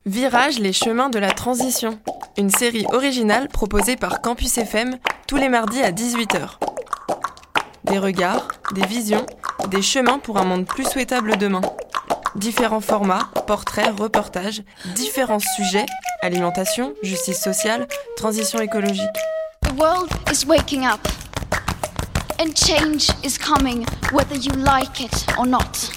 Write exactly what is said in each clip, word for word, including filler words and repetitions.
Virage, les chemins de la transition. Une série originale proposée par Campus F M tous les mardis à dix-huit heures. Des regards, des visions, des chemins pour un monde plus souhaitable demain. Différents formats, portraits, reportages, différents sujets, alimentation, justice sociale, transition écologique. The world is waking up. And change is coming, whether you like it or not.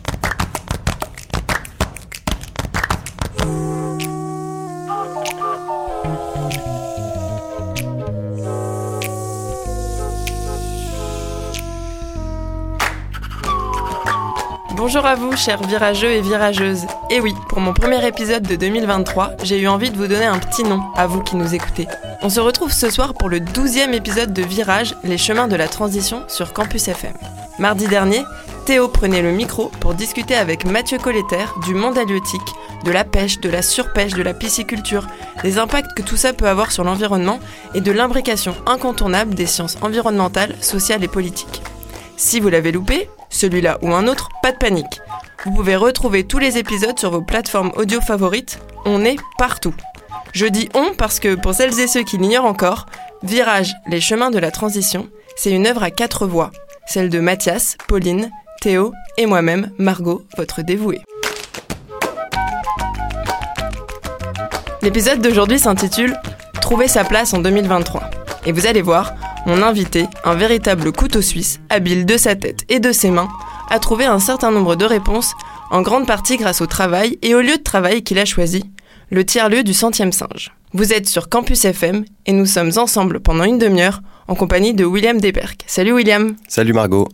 Bonjour à vous, chers virageux et virageuses. Et oui, pour mon premier épisode de deux mille vingt-trois, j'ai eu envie de vous donner un petit nom, à vous qui nous écoutez. On se retrouve ce soir pour le douzième épisode de Virage, les chemins de la transition sur Campus F M. Mardi dernier, Théo prenait le micro pour discuter avec Mathieu Colletter du monde halieutique, de la pêche, de la surpêche, de la pisciculture, des impacts que tout ça peut avoir sur l'environnement et de l'imbrication incontournable des sciences environnementales, sociales et politiques. Si vous l'avez loupé, celui-là ou un autre, pas de panique. Vous pouvez retrouver tous les épisodes sur vos plateformes audio favorites. On est partout. Je dis on parce que, pour celles et ceux qui l'ignorent encore, Virage, les chemins de la transition, c'est une œuvre à quatre voix. Celle de Mathias, Pauline, Théo et moi-même, Margot, votre dévouée. L'épisode d'aujourd'hui s'intitule « Trouver sa place en deux mille vingt-trois ». Et vous allez voir, mon invité, un véritable couteau suisse, habile de sa tête et de ses mains, a trouvé un certain nombre de réponses, en grande partie grâce au travail et au lieu de travail qu'il a choisi, le tiers-lieu du centième singe. Vous êtes sur Campus F M et nous sommes ensemble pendant une demi-heure en compagnie de William Desperck. Salut William. Salut Margot.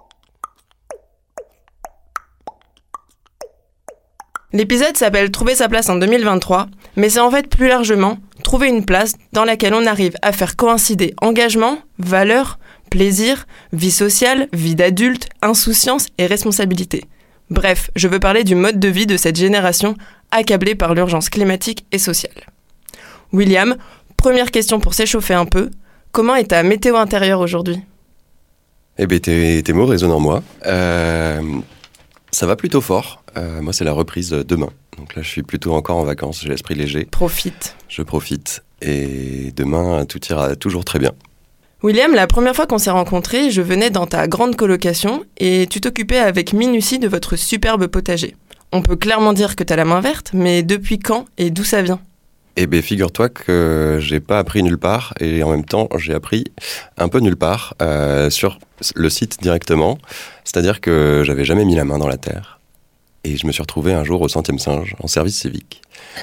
L'épisode s'appelle « Trouver sa place en deux mille vingt-trois », mais c'est en fait plus largement trouver une place dans laquelle on arrive à faire coïncider engagement, valeurs, plaisir, vie sociale, vie d'adulte, insouciance et responsabilité. Bref, je veux parler du mode de vie de cette génération accablée par l'urgence climatique et sociale. William, première question pour s'échauffer un peu, comment est ta météo intérieure aujourd'hui ? Eh bien, tes, tes mots résonnent en moi. Euh, ça va plutôt fort. Euh, moi, c'est la reprise demain. Donc là, je suis plutôt encore en vacances, j'ai l'esprit léger. Profite. Je profite. Et demain, tout ira toujours très bien. William, la première fois qu'on s'est rencontrés, je venais dans ta grande colocation et tu t'occupais avec minutie de votre superbe potager. On peut clairement dire que t'as la main verte, mais depuis quand et d'où ça vient ? Eh bien, figure-toi que j'ai pas appris nulle part et en même temps, j'ai appris un peu nulle part euh, sur le site directement. C'est-à-dire que j'avais jamais mis la main dans la terre. Et je me suis retrouvé un jour au centième singe, en service civique.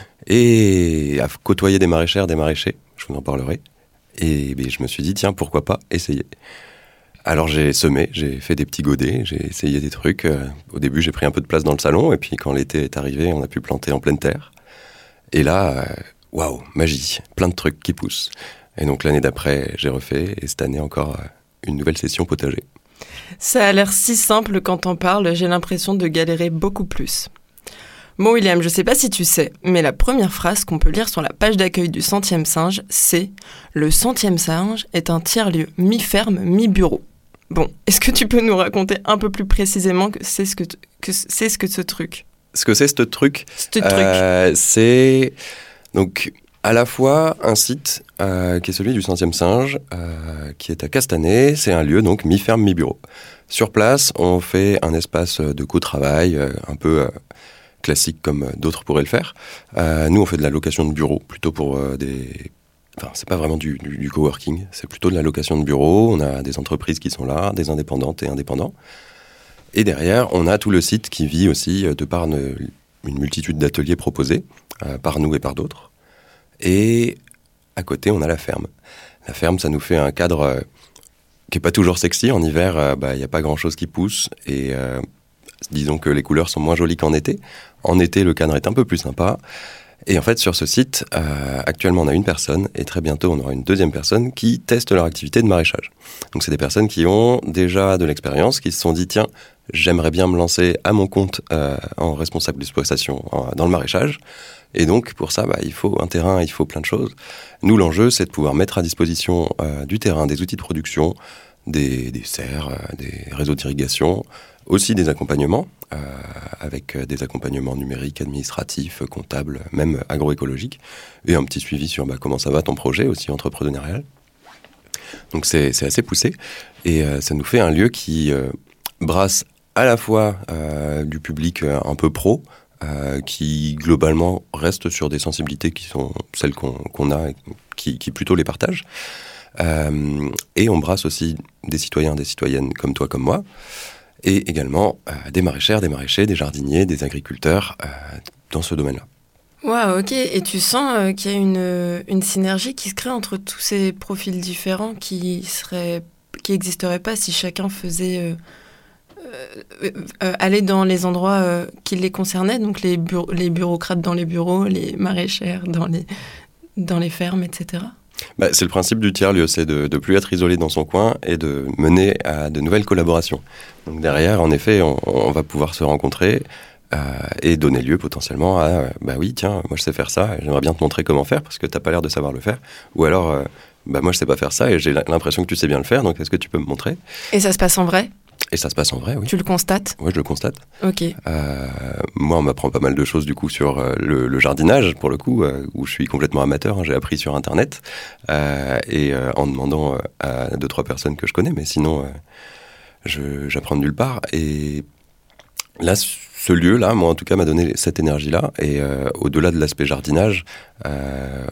Et à côtoyer des maraîchères, des maraîchers, je vous en parlerai. Et bien, je me suis dit, tiens, pourquoi pas essayer ? Alors j'ai semé, j'ai fait des petits godets, j'ai essayé des trucs. Au début, j'ai pris un peu de place dans le salon, et puis quand l'été est arrivé, on a pu planter en pleine terre. Et là, waouh, wow, magie, plein de trucs qui poussent. Et donc l'année d'après, j'ai refait, et cette année encore, une nouvelle session potager. Ça a l'air si simple quand t'en parles, j'ai l'impression de galérer beaucoup plus. Bon William, je sais pas si tu sais, mais la première phrase qu'on peut lire sur la page d'accueil du centième singe, c'est « Le centième singe est un tiers-lieu mi-ferme, mi-bureau ». Bon, est-ce que tu peux nous raconter un peu plus précisément que c'est ce que, t- que c'est ce que ce truc ? Ce que c'est ce truc, Ce truc. Euh, c'est donc à la fois un site euh, qui est celui du centième singe, euh, qui est à Castanet. C'est un lieu donc mi-ferme, mi-bureau. Sur place, on fait un espace de co-travail, euh, un peu euh, classique comme d'autres pourraient le faire. Euh, nous, on fait de la location de bureaux, plutôt pour euh, des... Enfin, c'est pas vraiment du, du, du coworking, c'est plutôt de la location de bureaux. On a des entreprises qui sont là, des indépendantes et indépendants. Et derrière, on a tout le site qui vit aussi de par une, une multitude d'ateliers proposés, euh, par nous et par d'autres. Et à côté, on a la ferme. La ferme, ça nous fait un cadre euh, qui n'est pas toujours sexy. En hiver, il euh, bah, n'y a pas grand-chose qui pousse. Et euh, disons que les couleurs sont moins jolies qu'en été. En été, le cadre est un peu plus sympa. Et en fait, sur ce site, euh, actuellement, on a une personne. Et très bientôt, on aura une deuxième personne qui teste leur activité de maraîchage. Donc, c'est des personnes qui ont déjà de l'expérience, qui se sont dit, tiens, j'aimerais bien me lancer à mon compte euh, en responsable d'exploitation en, dans le maraîchage. Et donc, pour ça, bah, il faut un terrain, il faut plein de choses. Nous, l'enjeu, c'est de pouvoir mettre à disposition euh, du terrain, des outils de production, des, des serres, euh, des réseaux d'irrigation, aussi des accompagnements euh, avec des accompagnements numériques, administratifs, comptables, même agroécologiques, et un petit suivi sur bah, comment ça va ton projet aussi entrepreneurial. Donc c'est, c'est assez poussé, et euh, ça nous fait un lieu qui euh, brasse à la fois euh, du public un peu pro, euh, qui globalement reste sur des sensibilités qui sont celles qu'on, qu'on a, et qui, qui plutôt les partagent. Euh, et on brasse aussi des citoyens, des citoyennes comme toi, comme moi, et également euh, des maraîchères, des maraîchers, des jardiniers, des agriculteurs euh, dans ce domaine-là. Waouh, ok. Et tu sens euh, qu'il y a une, une synergie qui se crée entre tous ces profils différents qui seraient, qui n'existeraient pas si chacun faisait euh, euh, euh, aller dans les endroits euh, qui les concernaient, donc les, bureaux, les bureaucrates dans les bureaux, les maraîchères dans les, dans les fermes, et cetera. Bah, c'est le principe du tiers-lieu, c'est de ne plus être isolé dans son coin et de mener à de nouvelles collaborations. Donc derrière, en effet, on, on va pouvoir se rencontrer euh, et donner lieu potentiellement à euh, bah oui, tiens, moi je sais faire ça, et j'aimerais bien te montrer comment faire parce que tu n'as pas l'air de savoir le faire. Ou alors, euh, bah moi je sais pas faire ça et j'ai l'impression que tu sais bien le faire, donc est-ce que tu peux me montrer ? Et ça se passe en vrai ? Et ça se passe en vrai, oui. Tu le constates ? Oui, je le constate. Ok. Euh, moi, on m'apprend pas mal de choses du coup sur euh, le, le jardinage, pour le coup, euh, où je suis complètement amateur. Hein, j'ai appris sur Internet euh, et euh, en demandant euh, à deux trois personnes que je connais, mais sinon, euh, je, j'apprends de nulle part. Et là, ce lieu-là, moi en tout cas, m'a donné cette énergie-là. Et euh, au-delà de l'aspect jardinage, euh,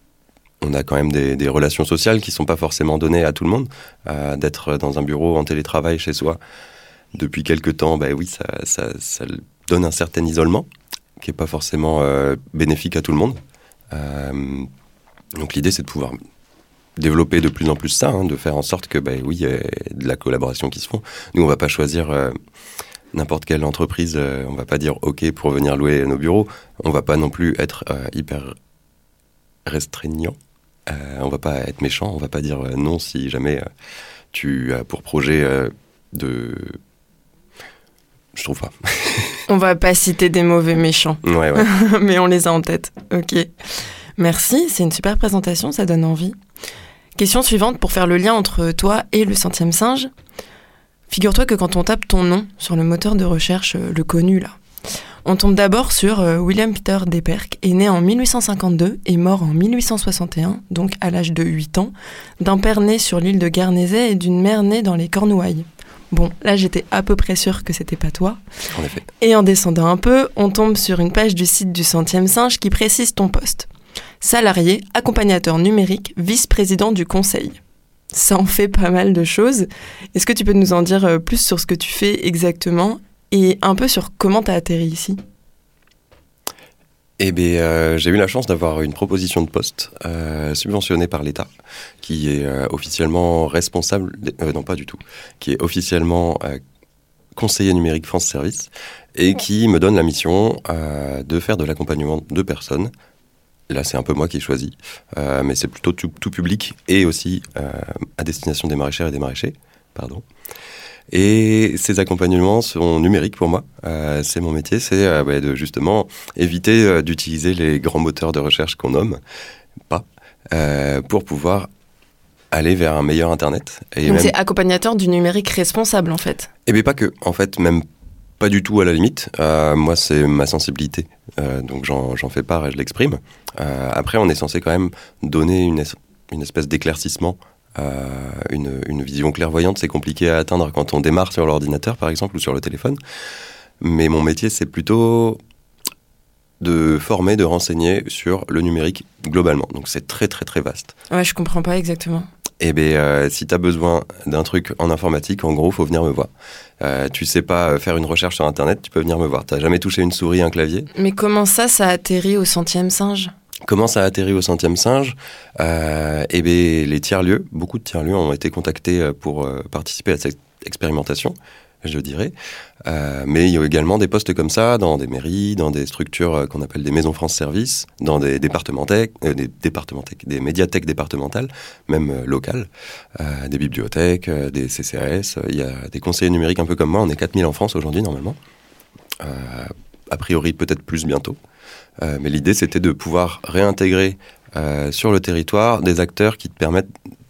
on a quand même des, des relations sociales qui ne sont pas forcément données à tout le monde. Euh, d'être dans un bureau en télétravail chez soi depuis quelques temps, bah oui, ça, ça, ça donne un certain isolement qui n'est pas forcément euh, bénéfique à tout le monde. Euh, donc l'idée, c'est de pouvoir développer de plus en plus ça, hein, de faire en sorte que, bah oui, il y a de la collaboration qui se font. Nous, on ne va pas choisir euh, n'importe quelle entreprise, euh, on ne va pas dire OK pour venir louer nos bureaux. On ne va pas non plus être euh, hyper restreignant. Euh, on va pas être méchant, on va pas dire euh, non si jamais euh, tu as pour projet euh, de... Je trouve pas. On va pas citer des mauvais méchants. Ouais, ouais. Mais on les a en tête. Ok. Merci, c'est une super présentation, ça donne envie. Question suivante pour faire le lien entre toi et le centième singe. Figure-toi que quand on tape ton nom sur le moteur de recherche, euh, le connu là, on tombe d'abord sur euh, William Peter Deperck, est né en mille huit cent cinquante-deux et mort en mille huit cent soixante et un, donc à l'âge de huit ans, d'un père né sur l'île de Guernesey et d'une mère née dans les Cornouailles. Bon, là j'étais à peu près sûre que c'était pas toi. En effet. Et en descendant un peu, on tombe sur une page du site du centième singe qui précise ton poste. Salarié, accompagnateur numérique, vice-président du conseil. Ça en fait pas mal de choses. Est-ce que tu peux nous en dire plus sur ce que tu fais exactement et un peu sur comment tu as atterri ici ? Eh bien, euh, j'ai eu la chance d'avoir une proposition de poste euh, subventionnée par l'État, qui est euh, officiellement responsable, euh, non pas du tout, qui est officiellement euh, conseiller numérique France Service, et qui me donne la mission euh, de faire de l'accompagnement de personnes. Là, c'est un peu moi qui choisis, euh, mais c'est plutôt tout, tout public, et aussi euh, à destination des maraîchères et des maraîchers, pardon. Et ces accompagnements sont numériques pour moi. Euh, c'est mon métier, c'est euh, bah, de justement éviter euh, d'utiliser les grands moteurs de recherche qu'on nomme, pas, euh, pour pouvoir aller vers un meilleur Internet. Et Donc même... c'est accompagnateur du numérique responsable en fait. Eh bien pas que, en fait, même pas du tout à la limite. Euh, moi, c'est ma sensibilité, euh, donc j'en, j'en fais part et je l'exprime. Euh, après, on est censé quand même donner une, es- une espèce d'éclaircissement. Euh, une, une vision clairvoyante, c'est compliqué à atteindre quand on démarre sur l'ordinateur par exemple ou sur le téléphone, mais mon métier c'est plutôt de former, de renseigner sur le numérique globalement, donc c'est très très très vaste. Ouais, je comprends pas exactement. Et bien euh, si tu as besoin d'un truc en informatique, en gros faut venir me voir. Euh, tu sais pas faire une recherche sur internet, tu peux venir me voir. T'as jamais touché une souris, un clavier ? Mais comment ça, ça atterrit au centième singe ? Comment ça a atterri au centième singe ? euh, Eh bien, les tiers-lieux, beaucoup de tiers-lieux ont été contactés pour euh, participer à cette expérimentation, je dirais. Euh, mais il y a également des postes comme ça dans des mairies, dans des structures euh, qu'on appelle des maisons France Service, dans des départementhèques, euh, des départementhèques, des médiathèques départementales, même euh, locales, euh, des bibliothèques, euh, des C C A S. Il y a des conseillers numériques un peu comme moi. On est quatre mille en France aujourd'hui normalement. Euh, a priori peut-être plus bientôt. Euh, mais l'idée, c'était de pouvoir réintégrer euh, sur le territoire des acteurs qui te permettent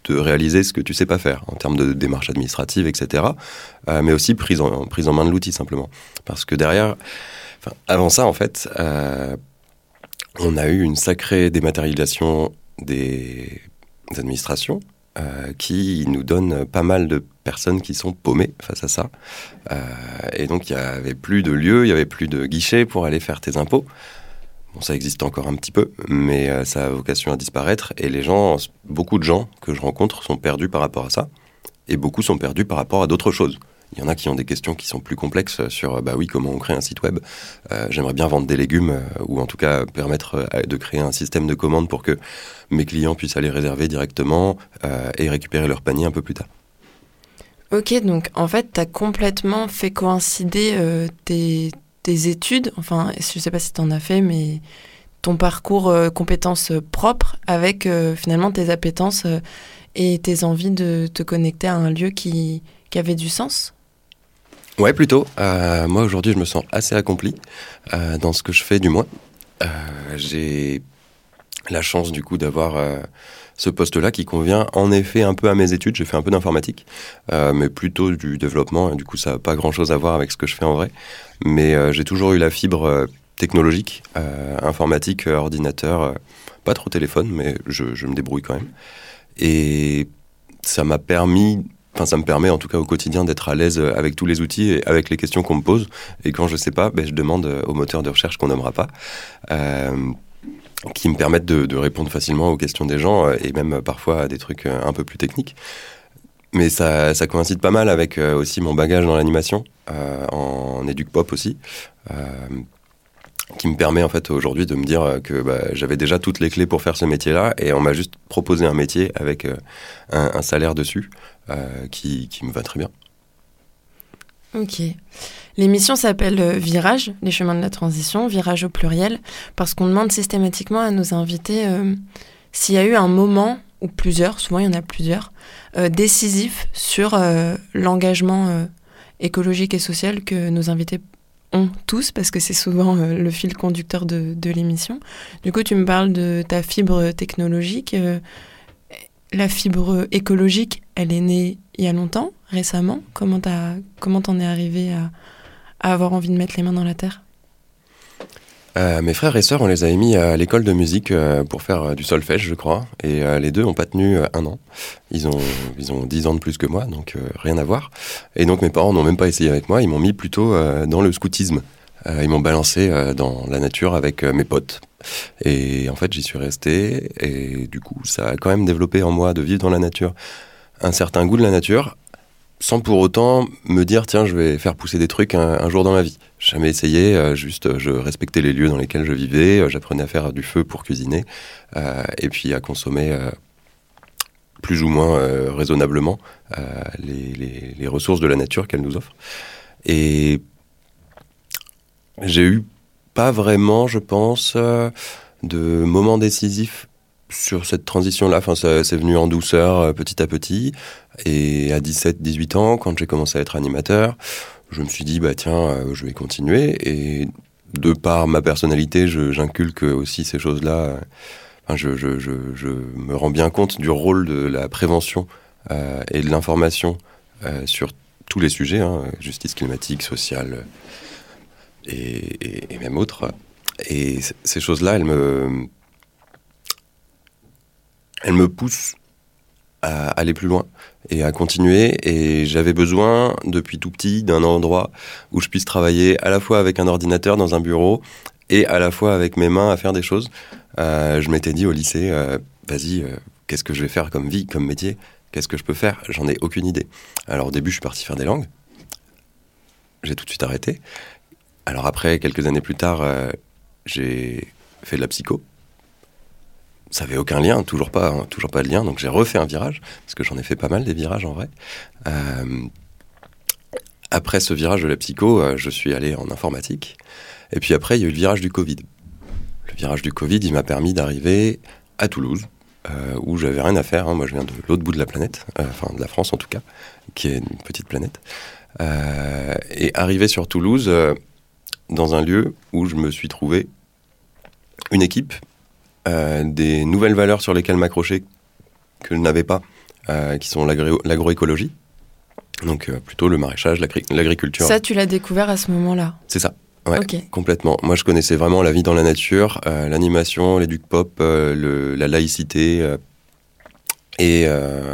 de réaliser ce que tu sais pas faire, en termes de démarches administratives, et cetera. Euh, mais aussi prise en, prise en main de l'outil, simplement. Parce que derrière, enfin, avant ça, en fait, euh, on a eu une sacrée dématérialisation des administrations, euh, qui nous donne pas mal de personnes qui sont paumées face à ça. Euh, et donc, il n'y avait plus de lieu, il n'y avait plus de guichet pour aller faire tes impôts. Bon, ça existe encore un petit peu, mais euh, ça a vocation à disparaître. Et les gens, beaucoup de gens que je rencontre sont perdus par rapport à ça. Et beaucoup sont perdus par rapport à d'autres choses. Il y en a qui ont des questions qui sont plus complexes sur, bah oui, comment on crée un site web. Euh, j'aimerais bien vendre des légumes, euh, ou en tout cas permettre euh, de créer un système de commande pour que mes clients puissent aller réserver directement euh, et récupérer leur panier un peu plus tard. Ok, donc en fait, tu as complètement fait coïncider euh, tes, tes études, enfin, je sais pas si tu en as fait, mais ton parcours euh, compétences propres avec euh, finalement tes appétences euh, et tes envies de te connecter à un lieu qui, qui avait du sens. Ouais, plutôt. Euh, moi, aujourd'hui, je me sens assez accompli euh, dans ce que je fais, du moins. Euh, j'ai la chance, du coup, d'avoir euh, ce poste-là qui convient, en effet, un peu à mes études. J'ai fait un peu d'informatique, euh, mais plutôt du développement. Et du coup, ça n'a pas grand-chose à voir avec ce que je fais en vrai. Mais euh, j'ai toujours eu la fibre euh, technologique, euh, informatique, euh, ordinateur, euh, pas trop téléphone, mais je, je me débrouille quand même. Et ça m'a permis... Enfin, ça me permet en tout cas au quotidien d'être à l'aise avec tous les outils et avec les questions qu'on me pose. Et quand je sais pas, ben, je demande au moteur de recherche qu'on nommera pas, euh, qui me permettent de, de répondre facilement aux questions des gens et même parfois à des trucs un peu plus techniques. Mais ça, ça coïncide pas mal avec aussi mon bagage dans l'animation, euh, en éduc pop aussi, euh, qui me permet en fait aujourd'hui de me dire que bah, j'avais déjà toutes les clés pour faire ce métier-là et on m'a juste proposé un métier avec euh, un, un salaire dessus euh, qui, qui me va très bien. Ok. L'émission s'appelle Virage, les chemins de la transition, virage au pluriel, parce qu'on demande systématiquement à nos invités euh, s'il y a eu un moment, ou plusieurs, souvent il y en a plusieurs, euh, décisifs sur euh, l'engagement euh, écologique et social que nos invités ont tous, parce que c'est souvent euh, le fil conducteur de, de l'émission. Du coup, tu me parles de ta fibre technologique. Euh, la fibre écologique, elle est née il y a longtemps, récemment. Comment t'as, comment t'en es arrivé à, à avoir envie de mettre les mains dans la terre ? Euh, mes frères et sœurs, on les avait mis à l'école de musique euh, pour faire euh, du solfège, je crois. Et euh, les deux n'ont pas tenu euh, un an. Ils ont, ils ont dix ans de plus que moi, donc euh, rien à voir. Et donc mes parents n'ont même pas essayé avec moi. Ils m'ont mis plutôt euh, dans le scoutisme. Euh, ils m'ont balancé euh, dans la nature avec euh, mes potes. Et en fait, j'y suis resté. Et du coup, ça a quand même développé en moi de vivre dans la nature un certain goût de la nature, sans pour autant me dire, tiens, je vais faire pousser des trucs un, un jour dans ma vie. J'ai jamais essayé, euh, juste euh, je respectais les lieux dans lesquels je vivais, euh, j'apprenais à faire du feu pour cuisiner, euh, et puis à consommer euh, plus ou moins euh, raisonnablement euh, les, les, les ressources de la nature qu'elle nous offre. Et j'ai eu pas vraiment, je pense, euh, de moments décisifs sur cette transition-là. Enfin, ça, c'est venu en douceur, euh, petit à petit. Et à dix-sept dix-huit ans, quand j'ai commencé à être animateur, je me suis dit, bah tiens, euh, je vais continuer. Et de par ma personnalité, je, j'inculque aussi ces choses-là. Euh, enfin, je, je, je, je me rends bien compte du rôle de la prévention euh, et de l'information euh, sur tous les sujets, hein, justice climatique, sociale et, et, et même autres. Et c- ces choses-là, elles me, elles me poussent à aller plus loin et à continuer. Et j'avais besoin, depuis tout petit, d'un endroit où je puisse travailler à la fois avec un ordinateur dans un bureau et à la fois avec mes mains à faire des choses. Euh, je m'étais dit au lycée, euh, vas-y, euh, qu'est-ce que je vais faire comme vie, comme métier ? Qu'est-ce que je peux faire ? J'en ai aucune idée. Alors au début, je suis parti faire des langues. J'ai tout de suite arrêté. Alors après, quelques années plus tard, euh, j'ai fait de la psycho. Ça n'avait aucun lien, toujours pas, hein, toujours pas de lien. Donc j'ai refait un virage, parce que j'en ai fait pas mal des virages en vrai. Euh, après ce virage de la psycho, euh, je suis allé en informatique. Et puis après, il y a eu le virage du Covid. Le virage du Covid, il m'a permis d'arriver à Toulouse, euh, où j'avais rien à faire. Hein. Moi, je viens de l'autre bout de la planète, euh, enfin de la France en tout cas, qui est une petite planète. Euh, et arriver sur Toulouse, euh, dans un lieu où je me suis trouvé une équipe, Euh, des nouvelles valeurs sur lesquelles m'accrocher que je n'avais pas euh, qui sont l'agro- l'agroécologie. Donc euh, plutôt le maraîchage, l'agri- l'agriculture. Ça, tu l'as découvert à ce moment-là? C'est ça. Ouais, okay. Complètement. Moi, je connaissais vraiment la vie dans la nature, euh, l'animation, l'éduc pop, euh, le, la laïcité euh, et euh,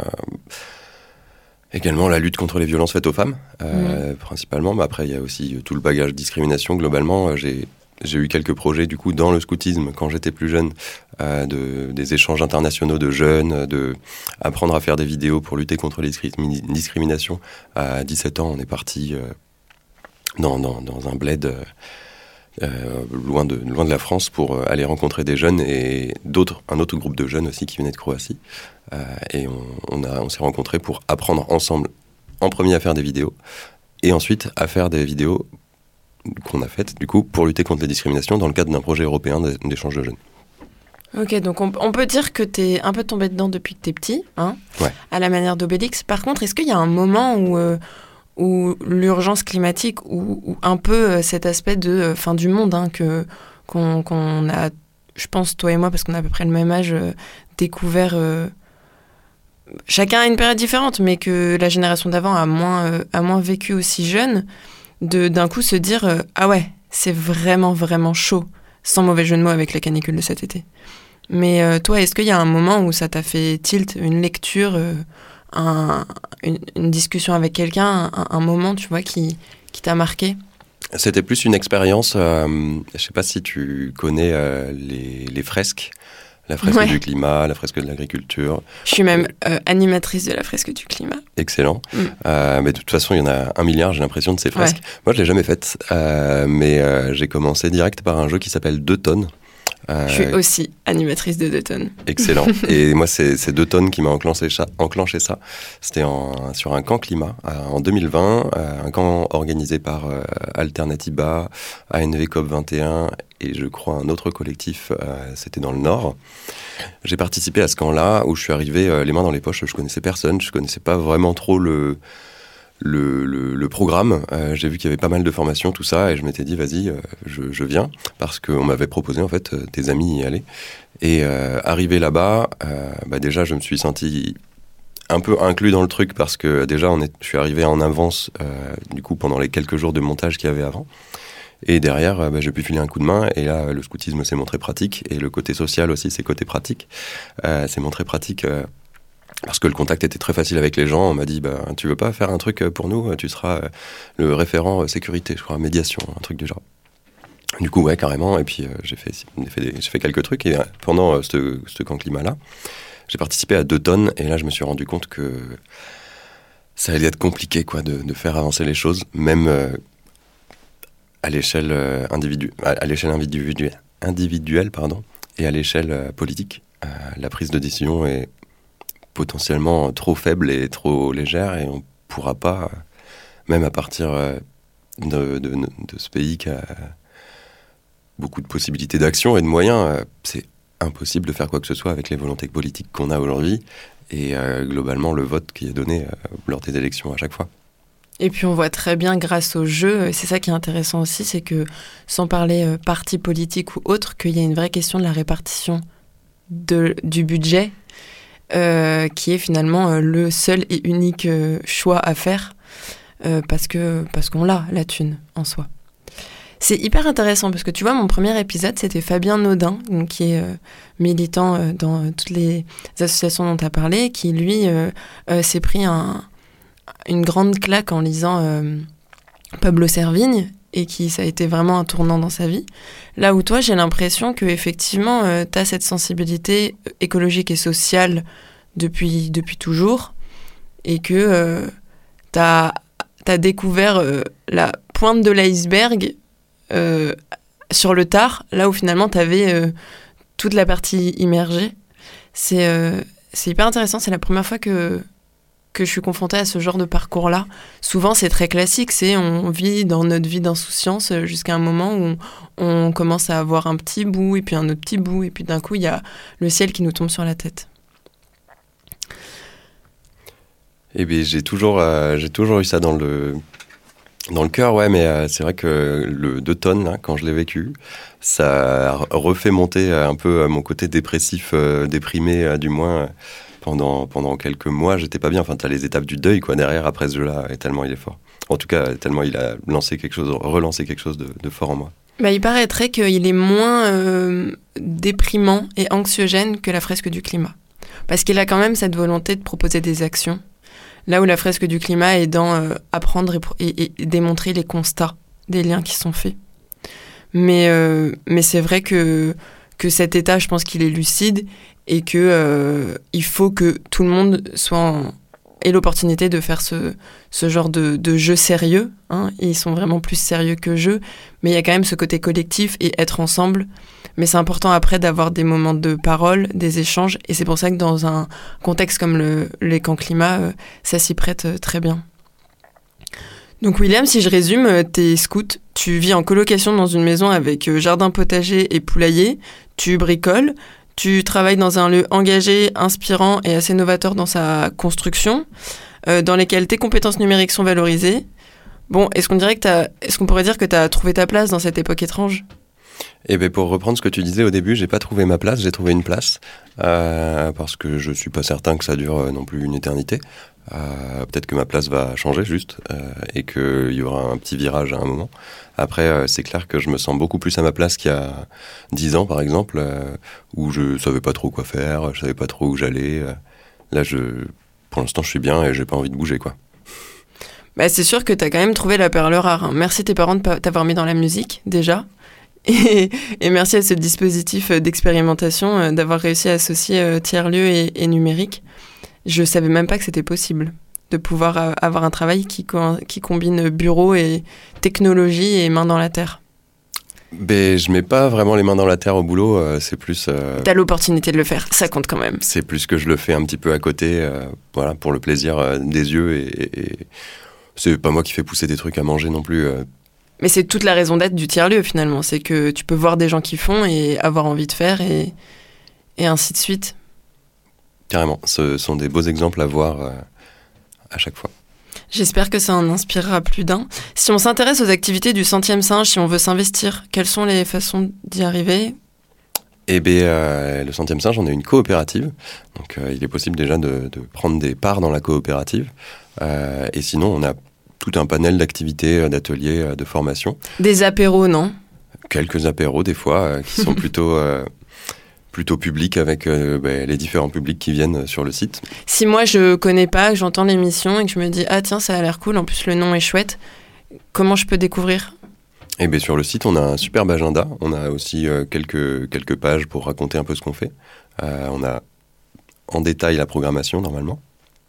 également la lutte contre les violences faites aux femmes, euh, mmh. principalement. Mais après, il y a aussi tout le bagage discrimination. Globalement, j'ai, j'ai eu quelques projets du coup dans le scoutisme quand j'étais plus jeune, euh, de, des échanges internationaux de jeunes, de apprendre à faire des vidéos pour lutter contre les discriminations. À dix-sept ans, on est parti. Euh, Dans, dans, dans un bled euh, euh, loin, de, loin de la France pour euh, aller rencontrer des jeunes et d'autres, un autre groupe de jeunes aussi qui venaient de Croatie. Euh, et on, on, a, on s'est rencontrés pour apprendre ensemble, en premier à faire des vidéos et ensuite à faire des vidéos qu'on a faites du coup pour lutter contre les discriminations dans le cadre d'un projet européen d'échange de jeunes. Ok, donc on, on peut dire que t'es un peu tombé dedans depuis que t'es petit, hein, ouais. à la manière d'Obélix. Par contre, est-ce qu'il y a un moment où... Euh, ou l'urgence climatique, ou, ou un peu euh, cet aspect de euh, fin du monde, hein, que, qu'on, qu'on a, je pense, toi et moi, parce qu'on a à peu près le même âge, euh, découvert... Euh, chacun a une période différente, mais que la génération d'avant a moins, euh, a moins vécu aussi jeune, de, d'un coup se dire euh, « Ah ouais, c'est vraiment, vraiment chaud », sans mauvais jeu de mots avec la canicule de cet été. Mais euh, toi, est-ce qu'il y a un moment où ça t'a fait tilt, une lecture euh, Un, une, une discussion avec quelqu'un, un, un moment, tu vois, qui, qui t'a marqué? C'était plus une expérience, euh, je sais pas si tu connais euh, les, les fresques, la fresque ouais. du climat, la fresque de l'agriculture. Je suis même euh, animatrice de la fresque du climat. Excellent. Mm. Euh, mais de toute façon, il y en a un milliard, j'ai l'impression, de ces fresques. Ouais. Moi, je l'ai jamais faite, euh, mais euh, j'ai commencé direct par un jeu qui s'appelle deux tonnes. Euh, je suis aussi animatrice de deux tonnes. Excellent. Et moi, c'est, c'est deux tonnes qui m'a enclenché ça. Enclenché ça. C'était en, sur un camp climat euh, en deux mille vingt, euh, un camp organisé par euh, Alternatiba, A N V C O P vingt et un et je crois un autre collectif, euh, c'était dans le Nord. J'ai participé à ce camp-là où je suis arrivé euh, les mains dans les poches. Je connaissais personne, je connaissais pas vraiment trop le... Le, le, le programme, euh, j'ai vu qu'il y avait pas mal de formations, tout ça, et je m'étais dit, vas-y, euh, je, je viens, parce qu'on m'avait proposé, en fait, euh, des amis y aller. Et euh, arrivé là-bas, euh, bah déjà, je me suis senti un peu inclus dans le truc, parce que déjà, on est, je suis arrivé en avance, euh, du coup, pendant les quelques jours de montage qu'il y avait avant. Et derrière, euh, bah, j'ai pu filer un coup de main, et là, le scoutisme s'est montré pratique, et le côté social aussi, c'est côté pratique. Euh, c'est montré pratique... Euh, Parce que le contact était très facile avec les gens. On m'a dit, bah, tu veux pas faire un truc pour nous? Tu seras le référent sécurité, je crois, médiation, un truc du genre. Du coup, ouais, carrément. Et puis, euh, j'ai, fait, j'ai, fait des, j'ai fait quelques trucs. Et euh, pendant euh, ce, ce camp climat-là, j'ai participé à deux tonnes. Et là, je me suis rendu compte que ça allait être compliqué, quoi, de, de faire avancer les choses, même euh, à l'échelle, euh, individu- à, à l'échelle individuelle, individuelle pardon, et à l'échelle euh, politique. Euh, la prise de décision est potentiellement trop faible et trop légère, et on ne pourra pas, même à partir de, de, de ce pays qui a beaucoup de possibilités d'action et de moyens, c'est impossible de faire quoi que ce soit avec les volontés politiques qu'on a aujourd'hui et euh, globalement le vote qui est donné euh, lors des élections à chaque fois. Et puis on voit très bien grâce au jeu, c'est ça qui est intéressant aussi, c'est que sans parler euh, parti politique ou autre, qu'il y a une vraie question de la répartition de, du budget, Euh, qui est finalement euh, le seul et unique euh, choix à faire euh, parce que parce qu'on l'a, la thune en soi. C'est hyper intéressant parce que tu vois, mon premier épisode, c'était Fabien Naudin, donc, qui est euh, militant euh, dans euh, toutes les associations dont tu as parlé, qui lui euh, euh, s'est pris un, une grande claque en lisant euh, Pablo Servigne, et qui ça a été vraiment un tournant dans sa vie. Là où toi, j'ai l'impression que effectivement, euh, tu as cette sensibilité écologique et sociale depuis, depuis toujours, et que euh, tu as découvert euh, la pointe de l'iceberg euh, sur le tard, là où finalement tu avais euh, toute la partie immergée. C'est, euh, c'est hyper intéressant, c'est la première fois que... que je suis confrontée à ce genre de parcours-là. Souvent, c'est très classique, c'est on vit dans notre vie d'insouciance jusqu'à un moment où on, on commence à avoir un petit bout, et puis un autre petit bout, et puis d'un coup, il y a le ciel qui nous tombe sur la tête. Eh bien, j'ai toujours, euh, j'ai toujours eu ça dans le, dans le cœur, ouais, mais euh, c'est vrai que le deux tonnes, là, quand je l'ai vécu, ça refait monter un peu mon côté dépressif, euh, déprimé, euh, du moins... Euh, pendant, pendant quelques mois, j'étais pas bien. Enfin, t'as les étapes du deuil, quoi, derrière, après ce jeu-là, et tellement il est fort. En tout cas, tellement il a lancé quelque chose, relancé quelque chose de, de fort en moi. Bah, il paraîtrait qu'il est moins euh, déprimant et anxiogène que la fresque du climat. Parce qu'il a quand même cette volonté de proposer des actions. Là où la fresque du climat est dans euh, apprendre et, et, et démontrer les constats des liens qui sont faits. Mais, euh, mais c'est vrai que, que cet état, je pense qu'il est lucide et qu'il euh, faut que tout le monde soit en, ait l'opportunité de faire ce, ce genre de, de jeu sérieux. Hein. Ils sont vraiment plus sérieux que jeu, mais il y a quand même ce côté collectif et être ensemble. Mais c'est important après d'avoir des moments de parole, des échanges, et c'est pour ça que dans un contexte comme le, les camps climat, euh, ça s'y prête euh, très bien. Donc William, si je résume, euh, t'es scout, tu vis en colocation dans une maison avec euh, jardin potager et poulailler, tu bricoles, tu travailles dans un lieu engagé, inspirant et assez novateur dans sa construction, euh, dans lesquels tes compétences numériques sont valorisées. Bon, est-ce qu'on dirait que t'as, est-ce qu'on pourrait dire que tu as trouvé ta place dans cette époque étrange ? Et bien pour reprendre ce que tu disais au début, j'ai pas trouvé ma place, j'ai trouvé une place, euh, parce que je suis pas certain que ça dure euh, non plus une éternité. Euh, peut-être que ma place va changer juste, euh, et qu'il y aura un petit virage à un moment. Après, euh, c'est clair que je me sens beaucoup plus à ma place qu'il y a dix ans, par exemple, euh, où je savais pas trop quoi faire, je savais pas trop où j'allais. Euh, là, je, pour l'instant, je suis bien et j'ai pas envie de bouger, quoi. Bah, c'est sûr que t'as quand même trouvé la perle rare. Hein. Merci tes parents de t'avoir mis dans la musique, déjà. Et, et merci à ce dispositif d'expérimentation euh, d'avoir réussi à associer euh, tiers-lieu et, et numérique. Je savais même pas que c'était possible de pouvoir euh, avoir un travail qui, co- qui combine bureau et technologie et main dans la terre. Ben, je mets pas vraiment les mains dans la terre au boulot, euh, c'est plus... Euh, T'as l'opportunité de le faire, ça compte quand même. C'est plus que je le fais un petit peu à côté, euh, voilà, pour le plaisir euh, des yeux, et, et, et c'est pas moi qui fais pousser des trucs à manger non plus. Euh. Mais c'est toute la raison d'être du tiers-lieu finalement, c'est que tu peux voir des gens qui font et avoir envie de faire et, et ainsi de suite. Carrément, ce sont des beaux exemples à voir euh, à chaque fois. J'espère que ça en inspirera plus d'un. Si on s'intéresse aux activités du centième singe, si on veut s'investir, quelles sont les façons d'y arriver ? Eh bien, euh, le centième singe, on a une coopérative, donc euh, il est possible déjà de, de prendre des parts dans la coopérative, euh, et sinon on a tout un panel d'activités, d'ateliers, de formation. Des apéros, non ? Quelques apéros des fois, euh, qui sont plutôt... Euh, plutôt public avec euh, bah, les différents publics qui viennent sur le site. Si moi je connais pas, que j'entends l'émission et que je me dis ah tiens ça a l'air cool, en plus le nom est chouette, comment je peux découvrir ? Eh bien sur le site on a un superbe agenda, on a aussi euh, quelques, quelques pages pour raconter un peu ce qu'on fait. Euh, on a en détail la programmation normalement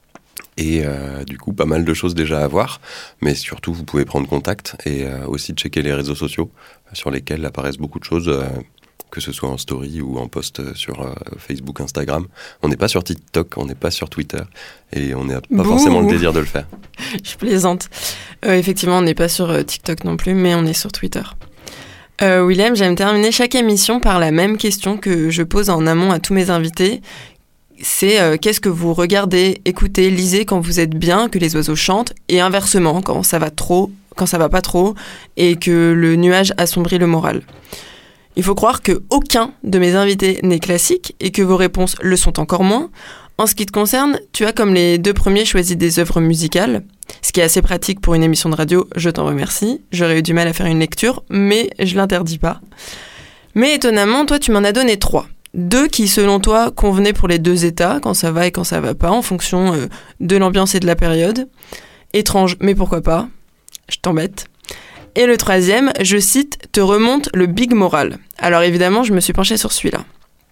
et euh, du coup pas mal de choses déjà à voir, mais surtout vous pouvez prendre contact et euh, aussi checker les réseaux sociaux sur lesquels apparaissent beaucoup de choses, euh, que ce soit en story ou en post sur euh, Facebook, Instagram. On n'est pas sur TikTok, on n'est pas sur Twitter, et on n'a pas Bouh forcément le désir de le faire. Je plaisante. Euh, effectivement, on n'est pas sur euh, TikTok non plus, mais on est sur Twitter. Euh, William, j'aime terminer chaque émission par la même question que je pose en amont à tous mes invités. C'est euh, qu'est-ce que vous regardez, écoutez, lisez quand vous êtes bien, que les oiseaux chantent, et inversement, quand ça va trop, quand ça va pas trop, et que le nuage assombrit le moral. Il faut croire qu'aucun de mes invités n'est classique et que vos réponses le sont encore moins. En ce qui te concerne, tu as comme les deux premiers choisi des œuvres musicales, ce qui est assez pratique pour une émission de radio, je t'en remercie. J'aurais eu du mal à faire une lecture, mais je l'interdis pas. Mais étonnamment, toi tu m'en as donné trois. Deux qui, selon toi, convenaient pour les deux états, quand ça va et quand ça va pas, en fonction euh, de l'ambiance et de la période. Étrange, mais pourquoi pas ? Je t'embête. Et le troisième, je cite, te remonte le big moral. Alors évidemment, je me suis penchée sur celui-là.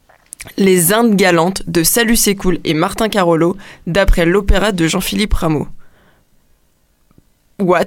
Les Indes galantes de Salut c'est cool et Martin Carolo, d'après l'opéra de Jean-Philippe Rameau. What ?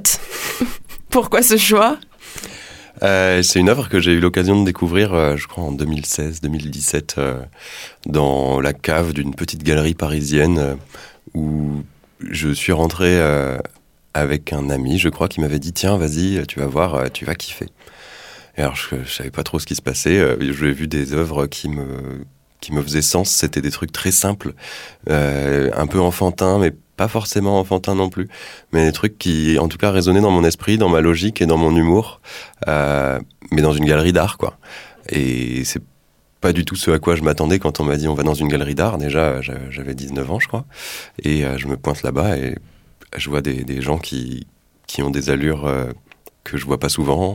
Pourquoi ce choix ? euh, C'est une œuvre que j'ai eu l'occasion de découvrir, euh, je crois en deux mille seize deux mille dix-sept, euh, dans la cave d'une petite galerie parisienne, euh, où je suis rentré... Euh, avec un ami, je crois, qui m'avait dit « Tiens, vas-y, tu vas voir, tu vas kiffer ». Et alors, je ne savais pas trop ce qui se passait. J'ai vu des œuvres qui me, qui me faisaient sens. C'était des trucs très simples, euh, un peu enfantins, mais pas forcément enfantins non plus. Mais des trucs qui, en tout cas, résonnaient dans mon esprit, dans ma logique et dans mon humour, euh, mais dans une galerie d'art, quoi. Et c'est pas du tout ce à quoi je m'attendais quand on m'a dit on va dans une galerie d'art. Déjà, j'avais dix-neuf ans, je crois. Et euh, je me pointe là-bas et je vois des, des gens qui, qui ont des allures euh, que je vois pas souvent,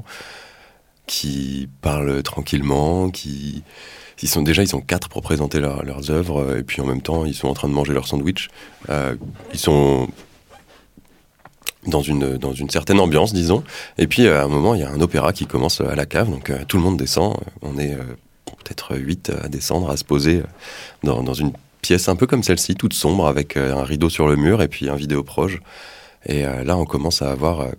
qui parlent tranquillement, qui... Ils sont, déjà, ils sont quatre pour présenter leur, leurs œuvres. Et puis en même temps, ils sont en train de manger leur sandwich. Euh, ils sont... Dans une, dans une certaine ambiance, disons. Et puis, à un moment, il y a un opéra qui commence à la cave. Donc, euh, tout le monde descend. On est... Euh, peut-être huit à descendre, à se poser dans, dans une pièce un peu comme celle-ci, toute sombre, avec un rideau sur le mur et puis un vidéoproge. Et euh, là, on commence à avoir euh,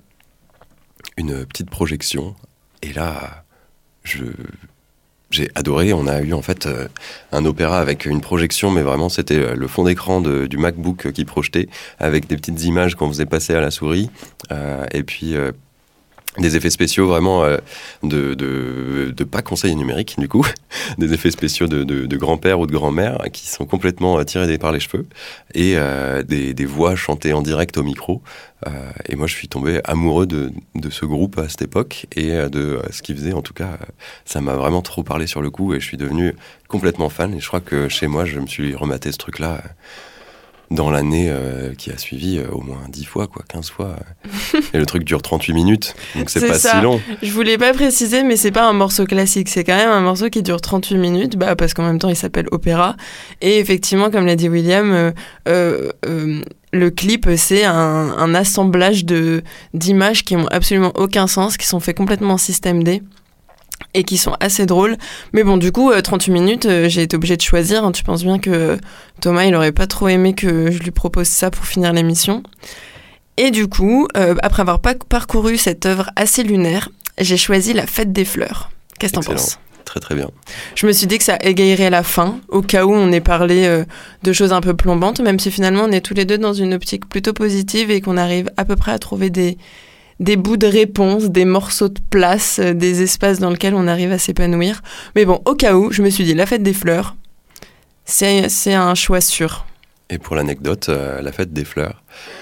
une petite projection. Et là, je, j'ai adoré. On a eu en fait euh, un opéra avec une projection, mais vraiment, c'était le fond d'écran de, du MacBook qui projetait, avec des petites images qu'on faisait passer à la souris. Euh, et puis... Euh, des effets spéciaux vraiment euh, de, de, de pas conseil numérique, du coup. Des effets spéciaux de, de, de grand-père ou de grand-mère qui sont complètement euh, tirés par les cheveux. Et euh, des, des voix chantées en direct au micro. Euh, et moi, je suis tombé amoureux de, de ce groupe à cette époque et euh, de euh, ce qu'ils faisaient. En tout cas, euh, ça m'a vraiment trop parlé sur le coup et je suis devenu complètement fan. Et je crois que chez moi, je me suis rematé ce truc-là... Euh, dans l'année euh, qui a suivi euh, au moins dix fois, quoi, quinze fois. Euh. Et le truc dure trente-huit minutes, donc c'est, c'est pas ça. Si long. Je voulais pas préciser, mais c'est pas un morceau classique, c'est quand même un morceau qui dure trente-huit minutes, bah, parce qu'en même temps il s'appelle Opéra. Et effectivement, comme l'a dit William, euh, euh, euh, le clip, c'est un, un assemblage de, d'images qui ont absolument aucun sens, qui sont faits complètement en système D. Et qui sont assez drôles. Mais bon, du coup, euh, trente-huit minutes, euh, j'ai été obligée de choisir. Hein. Tu penses bien que euh, Thomas, il aurait pas trop aimé que je lui propose ça pour finir l'émission. Et du coup, euh, après avoir pa- parcouru cette œuvre assez lunaire, j'ai choisi La Fête des Fleurs. Qu'est-ce que t'en penses ? Très très bien. Je me suis dit que ça égayerait la fin, au cas où on ait parlé euh, de choses un peu plombantes, même si finalement on est tous les deux dans une optique plutôt positive et qu'on arrive à peu près à trouver des... des bouts de réponse, des morceaux de place, euh, des espaces dans lesquels on arrive à s'épanouir. Mais bon, au cas où, je me suis dit, La Fête des Fleurs, c'est, c'est un choix sûr. Et pour l'anecdote, euh, La Fête des Fleurs,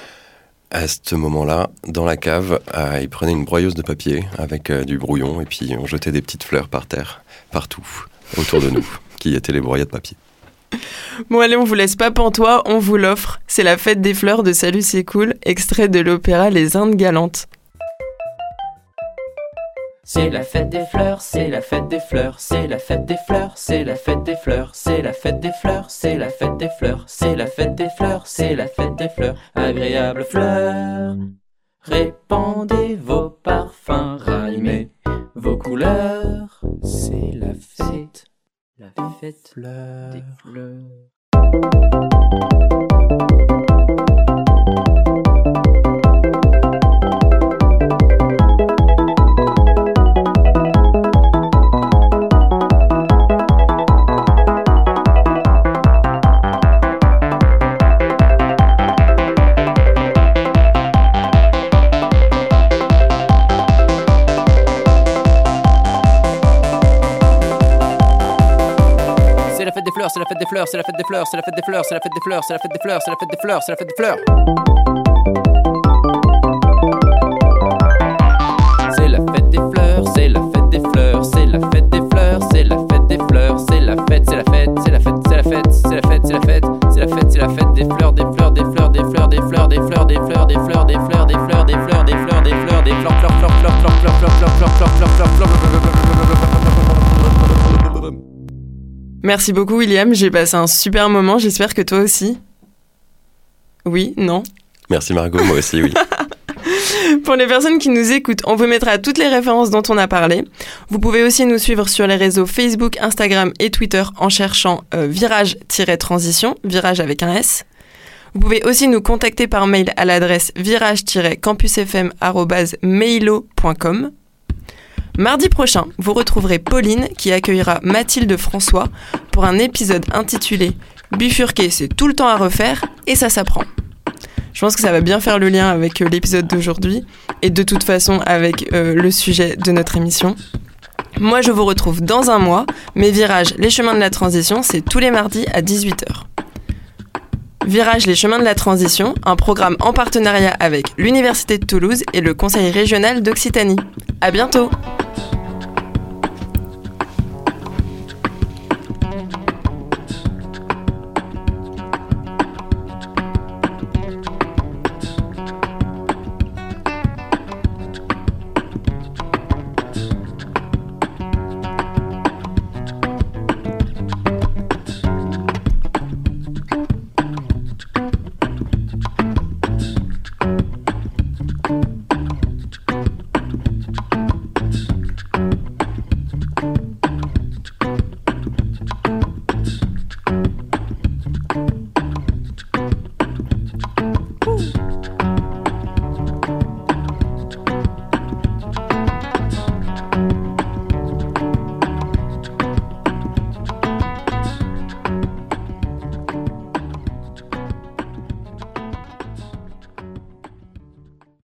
à ce moment-là, dans la cave, euh, ils prenaient une broyeuse de papier avec euh, du brouillon et puis on jetait des petites fleurs par terre, partout, autour de nous, qui étaient les broyats de papier. Bon allez, on vous laisse pas pantois, on vous l'offre. C'est La Fête des Fleurs de Salut c'est cool, extrait de l'opéra Les Indes galantes. C'est la fête des fleurs, c'est la fête des fleurs, c'est la fête des fleurs, c'est la fête des fleurs, c'est la fête des fleurs, c'est la fête des fleurs, c'est la fête des fleurs, c'est la fête des fleurs, agréables fleurs. Répandez vos parfums, ranimez vos couleurs. C'est la fête, la fête fleurs. Des fleurs. C'est la fête des fleurs, c'est la fête des fleurs, c'est la fête des fleurs, c'est la fête des fleurs, c'est la fête des fleurs, c'est la fête des fleurs, c'est la fête des fleurs, c'est la fête des fleurs. C'est la fête des fleurs, c'est la fête des fleurs, c'est la fête des fleurs, c'est la fête des fleurs, c'est la fête, c'est la fête, c'est la fête, c'est la fête, c'est la fête, c'est la fête, c'est la fête, c'est la fête des fleurs, des fleurs, des fleurs, des fleurs, des fleurs, des fleurs, des fleurs, des fleurs, des fleurs, des fleurs, des fleurs, des fleurs, des fleurs, des fleurs, fleurs, fleurs, fleurs, fleurs, fleurs, fleurs, fleurs, fleurs, fleurs, fleurs, fleurs, fleurs. Merci beaucoup William, j'ai passé un super moment, j'espère que toi aussi. Oui, non ? Merci Margot, moi aussi, oui. Pour les personnes qui nous écoutent, on vous mettra toutes les références dont on a parlé. Vous pouvez aussi nous suivre sur les réseaux Facebook, Instagram et Twitter en cherchant euh, virage-transition, virage avec un S. Vous pouvez aussi nous contacter par mail à l'adresse virage-campusfm arobase mailo point com. Mardi prochain, vous retrouverez Pauline qui accueillera Mathilde François pour un épisode intitulé « Bifurquer, c'est tout le temps à refaire et ça s'apprend ». Je pense que ça va bien faire le lien avec euh, l'épisode d'aujourd'hui et de toute façon avec euh, le sujet de notre émission. Moi, je vous retrouve dans un mois. Mes virages, les chemins de la transition, c'est tous les mardis à dix-huit heures. Virage les chemins de la transition, un programme en partenariat avec l'Université de Toulouse et le Conseil régional d'Occitanie. À bientôt!